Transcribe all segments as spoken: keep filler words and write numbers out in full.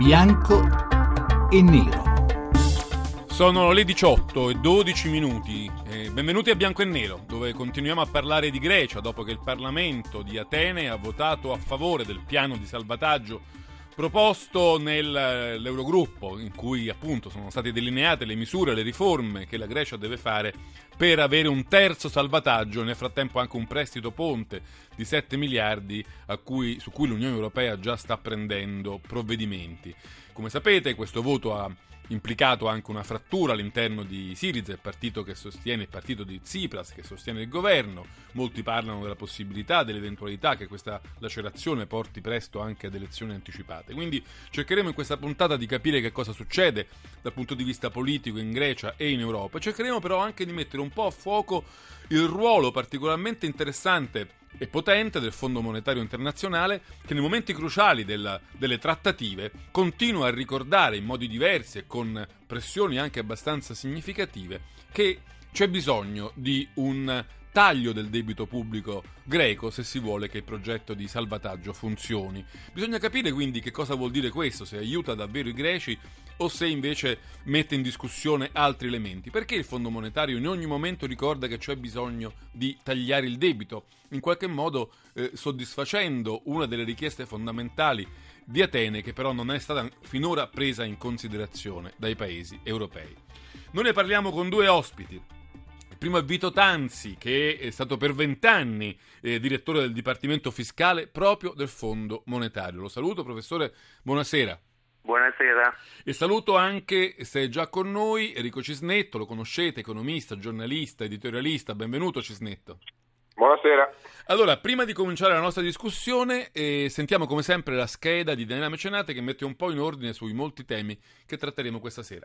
bianco e nero. Sono le diciotto e dodici minuti. Eh, benvenuti a Bianco e Nero, dove continuiamo a parlare di Grecia dopo che il Parlamento di Atene ha votato a favore del piano di salvataggio proposto nell'Eurogruppo, in cui appunto sono state delineate le misure, le riforme che la Grecia deve fare per avere un terzo salvataggio, nel frattempo anche un prestito ponte di sette miliardi a cui, su cui l'Unione Europea già sta prendendo provvedimenti. Come sapete, questo voto ha implicato anche una frattura all'interno di Syriza, il partito che sostiene il partito di Tsipras, che sostiene il governo. Molti parlano della possibilità, dell'eventualità che questa lacerazione porti presto anche ad elezioni anticipate. Quindi cercheremo in questa puntata di capire che cosa succede dal punto di vista politico in Grecia e in Europa. Cercheremo però anche di mettere un po' a fuoco il ruolo particolarmente interessante e potente del Fondo Monetario Internazionale, che nei momenti cruciali della, delle trattative continua a ricordare in modi diversi e con pressioni anche abbastanza significative che c'è bisogno di un taglio del debito pubblico greco se si vuole che il progetto di salvataggio funzioni. Bisogna capire quindi che cosa vuol dire questo, se aiuta davvero i greci o se invece mette in discussione altri elementi. Perché il Fondo Monetario in ogni momento ricorda che c'è bisogno di tagliare il debito, in qualche modo eh, soddisfacendo una delle richieste fondamentali di Atene, che però non è stata finora presa in considerazione dai paesi europei. Noi ne parliamo con due ospiti. Il primo è Vito Tanzi, che è stato per vent'anni eh, direttore del Dipartimento Fiscale proprio del Fondo Monetario. Lo saluto, professore, buonasera. Buonasera. E saluto anche, se è già con noi, Enrico Cisnetto, lo conoscete, economista, giornalista, editorialista. Benvenuto Cisnetto. Buonasera. Allora, prima di cominciare la nostra discussione, eh, sentiamo come sempre la scheda di Daniela Mecenate, che mette un po' in ordine sui molti temi che tratteremo questa sera.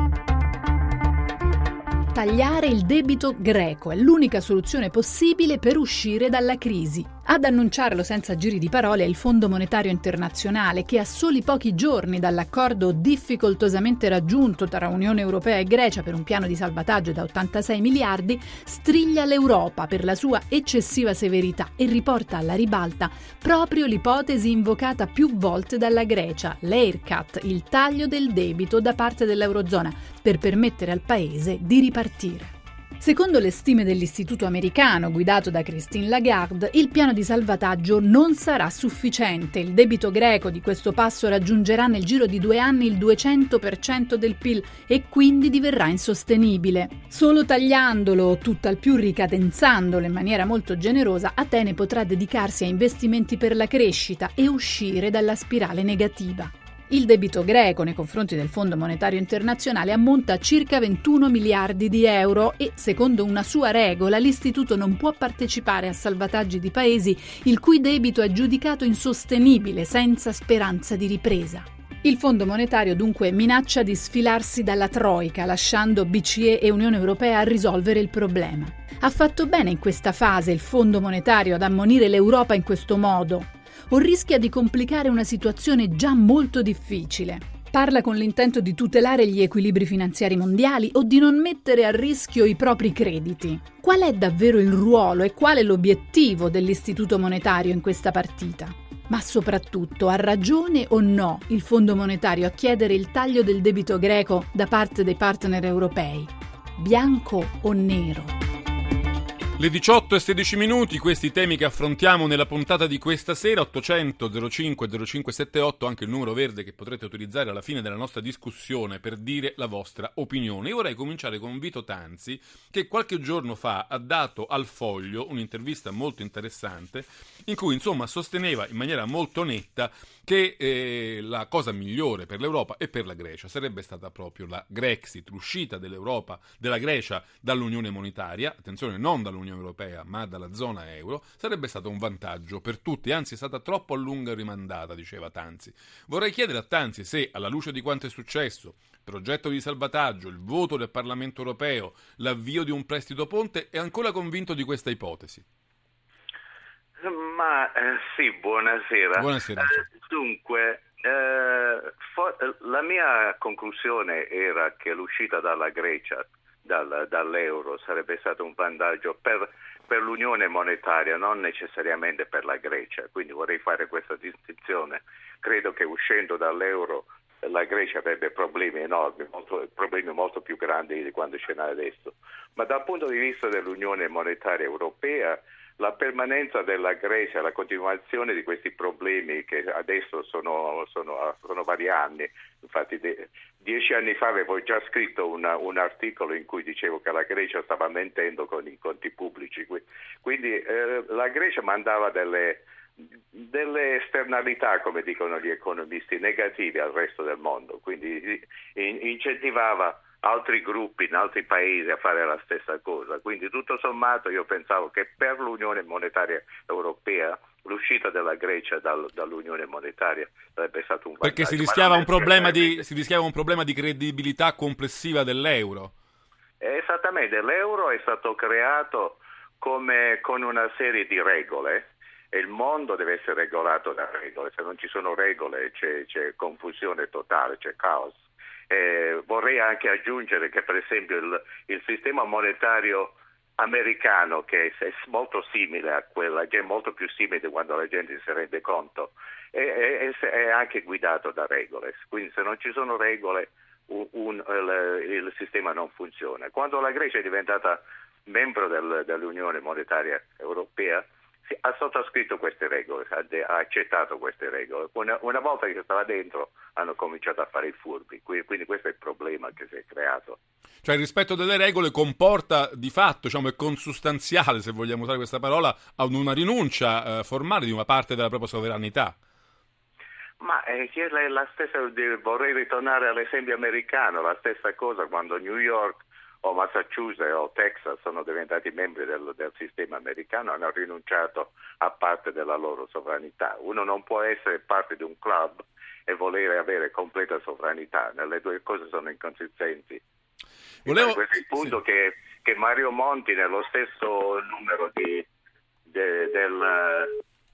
Tagliare il debito greco è l'unica soluzione possibile per uscire dalla crisi. Ad annunciarlo senza giri di parole è il Fondo Monetario Internazionale, che a soli pochi giorni dall'accordo difficoltosamente raggiunto tra Unione Europea e Grecia per un piano di salvataggio da ottantasei miliardi, striglia l'Europa per la sua eccessiva severità e riporta alla ribalta proprio l'ipotesi invocata più volte dalla Grecia, l'haircut, il taglio del debito da parte dell'Eurozona, per permettere al paese di ripartire. Secondo le stime dell'Istituto americano guidato da Christine Lagarde, il piano di salvataggio non sarà sufficiente. Il debito greco di questo passo raggiungerà nel giro di due anni il duecento per cento del P I L e quindi diverrà insostenibile. Solo tagliandolo, o tutt'al più ricadenzandolo in maniera molto generosa, Atene potrà dedicarsi a investimenti per la crescita e uscire dalla spirale negativa. Il debito greco nei confronti del Fondo Monetario Internazionale ammonta a circa ventuno miliardi di euro e, secondo una sua regola, l'istituto non può partecipare a salvataggi di paesi il cui debito è giudicato insostenibile, senza speranza di ripresa. Il Fondo Monetario dunque minaccia di sfilarsi dalla Troika, lasciando B C E e Unione Europea a risolvere il problema. Ha fatto bene in questa fase il Fondo Monetario ad ammonire l'Europa in questo modo, o rischia di complicare una situazione già molto difficile? Parla con l'intento di tutelare gli equilibri finanziari mondiali o di non mettere a rischio i propri crediti? Qual è davvero il ruolo e qual è l'obiettivo dell'Istituto Monetario in questa partita? Ma soprattutto, ha ragione o no il Fondo Monetario a chiedere il taglio del debito greco da parte dei partner europei? Bianco o nero? Le diciotto e sedici minuti, questi temi che affrontiamo nella puntata di questa sera. Ottocento zero cinque zero cinque sette otto, anche il numero verde che potrete utilizzare alla fine della nostra discussione per dire la vostra opinione. Io vorrei cominciare con Vito Tanzi, che qualche giorno fa ha dato al Foglio un'intervista molto interessante in cui insomma sosteneva in maniera molto netta che eh, la cosa migliore per l'Europa e per la Grecia sarebbe stata proprio la Grexit, l'uscita dell'Europa, della Grecia dall'Unione Monetaria, attenzione, non dall'Unione Europea ma dalla zona euro, sarebbe stato un vantaggio per tutti, anzi è stata troppo a lungo rimandata, diceva Tanzi. Vorrei chiedere a Tanzi se, alla luce di quanto è successo, il progetto di salvataggio, il voto del Parlamento europeo, l'avvio di un prestito ponte, è ancora convinto di questa ipotesi. Ma eh, sì, buonasera. Buonasera. Eh, dunque, eh, for- la mia conclusione era che l'uscita dalla Grecia, dal, dall'euro, sarebbe stato un vantaggio per, per l'unione monetaria, non necessariamente per la Grecia. Quindi vorrei fare questa distinzione. Credo che uscendo dall'euro la Grecia avrebbe problemi enormi, molto, problemi molto più grandi di quanto ce n'è adesso. Ma dal punto di vista dell'Unione Monetaria Europea, la permanenza della Grecia, la continuazione di questi problemi che adesso sono, sono, sono vari anni, infatti de, dieci anni fa avevo già scritto una, un articolo in cui dicevo che la Grecia stava mentendo con i conti pubblici, quindi eh, la Grecia mandava delle, delle esternalità, come dicono gli economisti, negative al resto del mondo, quindi in, incentivava altri gruppi in altri paesi a fare la stessa cosa. Quindi tutto sommato io pensavo che per l'Unione Monetaria Europea l'uscita della Grecia dal, dall'Unione Monetaria sarebbe stato un vantaggio. Perché si rischiava un problema di si rischiava un problema di credibilità complessiva dell'euro. Esattamente, l'euro è stato creato come con una serie di regole e il mondo deve essere regolato da regole. Se non ci sono regole c'è, c'è confusione totale, c'è caos. Eh, vorrei anche aggiungere che per esempio il, il sistema monetario americano, che è, è molto simile a quella, che è molto più simile di quando la gente si rende conto, è, è, è anche guidato da regole, quindi se non ci sono regole un, un, il, il sistema non funziona. Quando la Grecia è diventata membro del, dell'Unione Monetaria Europea ha sottoscritto queste regole, ha, de- ha accettato queste regole. Una, una volta che stava dentro hanno cominciato a fare i furbi, quindi questo è il problema che si è creato. Cioè il rispetto delle regole comporta di fatto, diciamo, è consustanziale, se vogliamo usare questa parola, a una rinuncia eh, formale di una parte della propria sovranità. Ma eh, è la stessa, vorrei ritornare all'esempio americano, la stessa cosa quando New York o Massachusetts o Texas sono diventati membri del, del sistema americano, hanno rinunciato a parte della loro sovranità. Uno non può essere parte di un club e volere avere completa sovranità, le due cose sono inconsistenti. Volevo... Questo è il punto sì. che, che Mario Monti nello stesso numero di, de, del,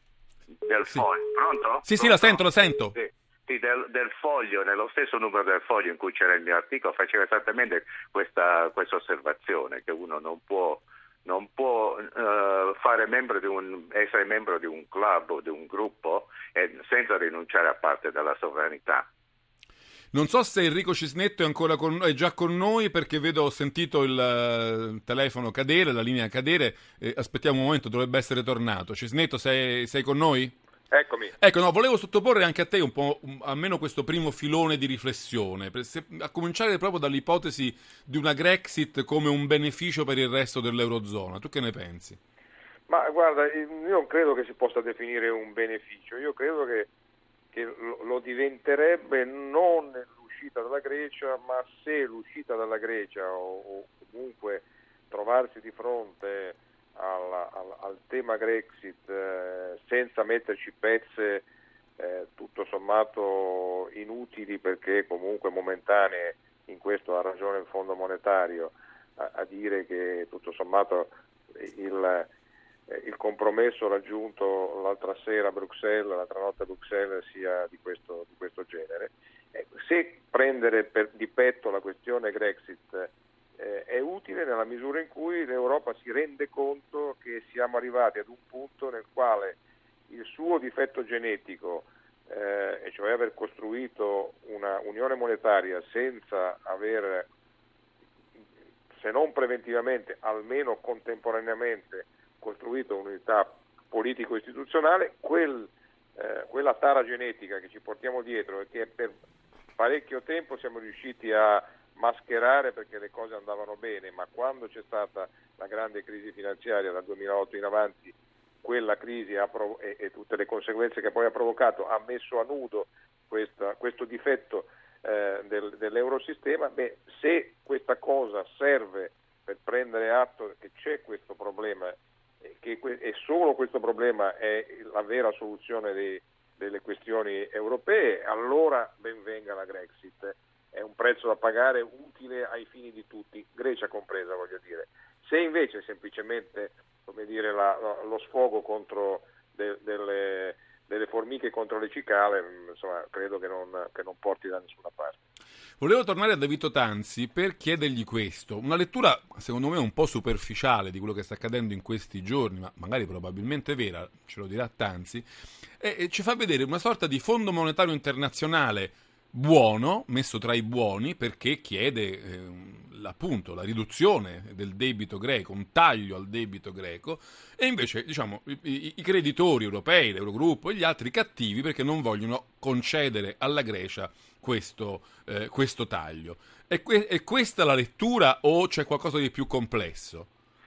del sì. foglio, pronto? Sì, pronto? sì, la sento, la sento. Sì. Del, del foglio, nello stesso numero del foglio in cui c'era il mio articolo, faceva esattamente questa, questa osservazione, che uno non può, non può uh, fare membro di un, essere membro di un club o di un gruppo e, senza rinunciare a parte della sovranità. Non so se Enrico Cisnetto è ancora con è già con noi, perché vedo, ho sentito il uh, telefono cadere, la linea cadere, eh, aspettiamo un momento, dovrebbe essere tornato. Cisnetto, sei, sei con noi? Eccomi. Ecco, no, volevo sottoporre anche a te un po', um, almeno questo primo filone di riflessione, per se, a cominciare proprio dall'ipotesi di una Grexit come un beneficio per il resto dell'Eurozona. Tu che ne pensi? Ma guarda, io non credo che si possa definire un beneficio, io credo che, che lo, lo diventerebbe non l'uscita dalla Grecia, ma se l'uscita dalla Grecia o, o comunque trovarsi di fronte Al, al, al tema Grexit eh, senza metterci pezze eh, tutto sommato inutili, perché comunque momentanee, in questo ha ragione il Fondo Monetario a, a dire che tutto sommato il, eh, il compromesso raggiunto l'altra sera a Bruxelles, l'altra notte a Bruxelles sia di questo, di questo genere. Eh, se prendere per, di petto la questione Grexit Eh, è utile nella misura in cui l'Europa si rende conto che siamo arrivati ad un punto nel quale il suo difetto genetico, eh, e cioè aver costruito una unione monetaria senza aver, se non preventivamente, almeno contemporaneamente costruito un'unità politico-istituzionale, quel, eh, quella tara genetica che ci portiamo dietro e che per parecchio tempo siamo riusciti a mascherare perché le cose andavano bene, ma quando c'è stata la grande crisi finanziaria dal duemilaotto in avanti, quella crisi ha prov- e, e tutte le conseguenze che poi ha provocato ha messo a nudo questa, questo difetto eh, del, dell'eurosistema. Beh, se questa cosa serve per prendere atto che c'è questo problema e che que- e solo questo problema è la vera soluzione dei, delle questioni europee, allora ben venga la Grexit. È un prezzo da pagare utile ai fini di tutti, Grecia compresa, voglio dire. Se invece semplicemente, come dire, la, lo sfogo contro de, delle, delle formiche contro le cicale, insomma, credo che non, che non porti da nessuna parte. Volevo tornare a Davito Tanzi per chiedergli questo, una lettura secondo me un po' superficiale di quello che sta accadendo in questi giorni, ma magari probabilmente vera, ce lo dirà Tanzi, e, e ci fa vedere una sorta di Fondo Monetario Internazionale buono, messo tra i buoni, perché chiede eh, appunto la riduzione del debito greco, un taglio al debito greco, e invece diciamo i, i, i creditori europei, l'Eurogruppo e gli altri cattivi perché non vogliono concedere alla Grecia questo, eh, questo taglio. È, que- è questa la lettura o c'è qualcosa di più complesso?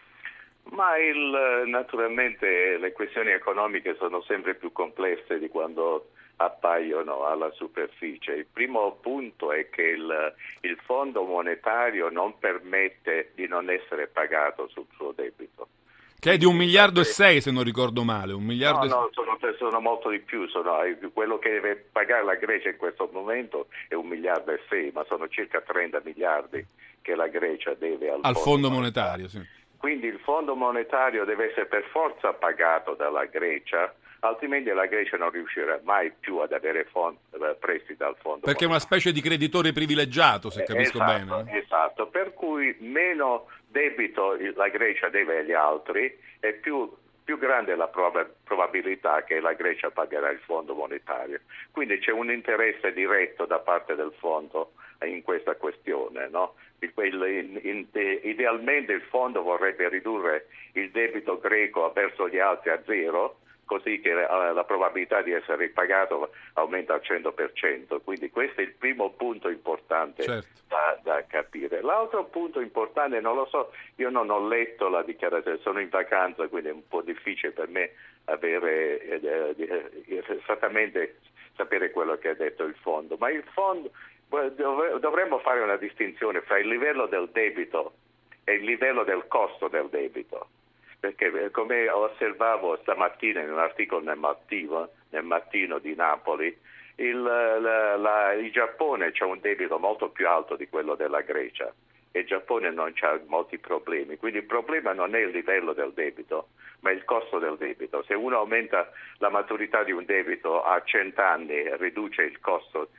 Ma il, naturalmente le questioni economiche sono sempre più complesse di quando appaiono alla superficie. Il primo punto è che il, il Fondo monetario non permette di non essere pagato sul suo debito. Che è di un miliardo e sei, se non ricordo male. Un miliardo no, e... no, sono, sono molto di più. Sono, quello che deve pagare la Grecia in questo momento è un miliardo e sei, ma sono circa trenta miliardi che la Grecia deve al, al Fondo, fondo monetario. monetario. Sì. Quindi il Fondo monetario deve essere per forza pagato dalla Grecia, altrimenti la Grecia non riuscirà mai più ad avere fond- prestiti dal Fondo Perché monetario. è una specie di creditore privilegiato, se capisco esatto, bene. Esatto, per cui meno debito la Grecia deve agli altri e più, più grande è la prob- probabilità che la Grecia pagherà il Fondo monetario. Quindi c'è un interesse diretto da parte del Fondo in questa questione, no? Il, il, in, in, idealmente il Fondo vorrebbe ridurre il debito greco verso gli altri a zero, così che la, la probabilità di essere ripagato aumenta al cento per cento. Quindi questo è il primo punto importante, certo, da, da capire. L'altro punto importante, non lo so, io non ho letto la dichiarazione, sono in vacanza, quindi è un po' difficile per me avere eh, eh, esattamente sapere quello che ha detto il Fondo, ma il Fondo dovremmo fare una distinzione fra il livello del debito e il livello del costo del debito, perché come osservavo stamattina in un articolo nel mattino, nel mattino di Napoli, il, la, la, il Giappone c'ha un debito molto più alto di quello della Grecia e il Giappone non c'ha molti problemi, quindi il problema non è il livello del debito ma il costo del debito. Se uno aumenta la maturità di un debito a cento anni e riduce il costo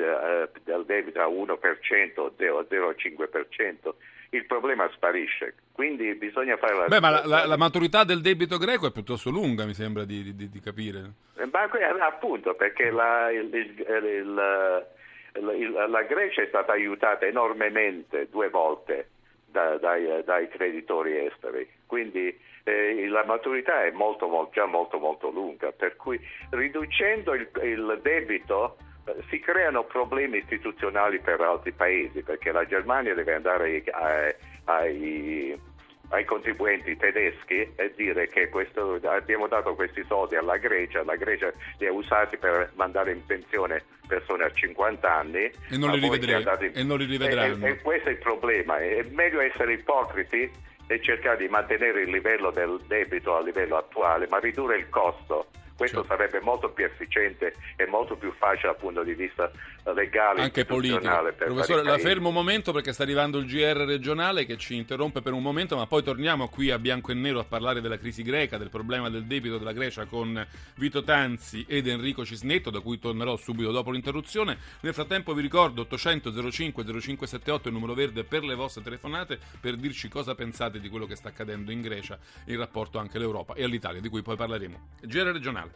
del debito a uno per cento o zero virgola cinque per cento, il problema sparisce. Quindi bisogna fare la... Beh, ma la, la, la maturità del debito greco è piuttosto lunga, mi sembra di, di, di capire. Ma appunto, perché la, il, il, il, il, la Grecia è stata aiutata enormemente due volte da, dai, dai creditori esteri, quindi eh, la maturità è molto, molto, già molto molto lunga, per cui riducendo il, il debito si creano problemi istituzionali per altri paesi, perché la Germania deve andare ai, ai, ai contribuenti tedeschi e dire che questo, abbiamo dato questi soldi alla Grecia, la Grecia li ha usati per mandare in pensione persone a cinquanta anni e non li, rivedremo, in... e non li rivedranno. E, e, e questo è il problema. È meglio essere ipocriti e cercare di mantenere il livello del debito a livello attuale, ma ridurre il costo. Questo certo. sarebbe molto più efficiente e molto più facile dal punto di vista legale, anche politico. Professore, la fermo un momento perché sta arrivando il G R regionale che ci interrompe per un momento, ma poi torniamo qui a bianco e nero a parlare della crisi greca, del problema del debito della Grecia con Vito Tanzi ed Enrico Cisnetto, da cui tornerò subito dopo l'interruzione. Nel frattempo vi ricordo ottocento zero cinque zero cinque settantotto, il numero verde per le vostre telefonate, per dirci cosa pensate di quello che sta accadendo in Grecia in rapporto anche all'Europa e all'Italia, di cui poi parleremo. G R regionale.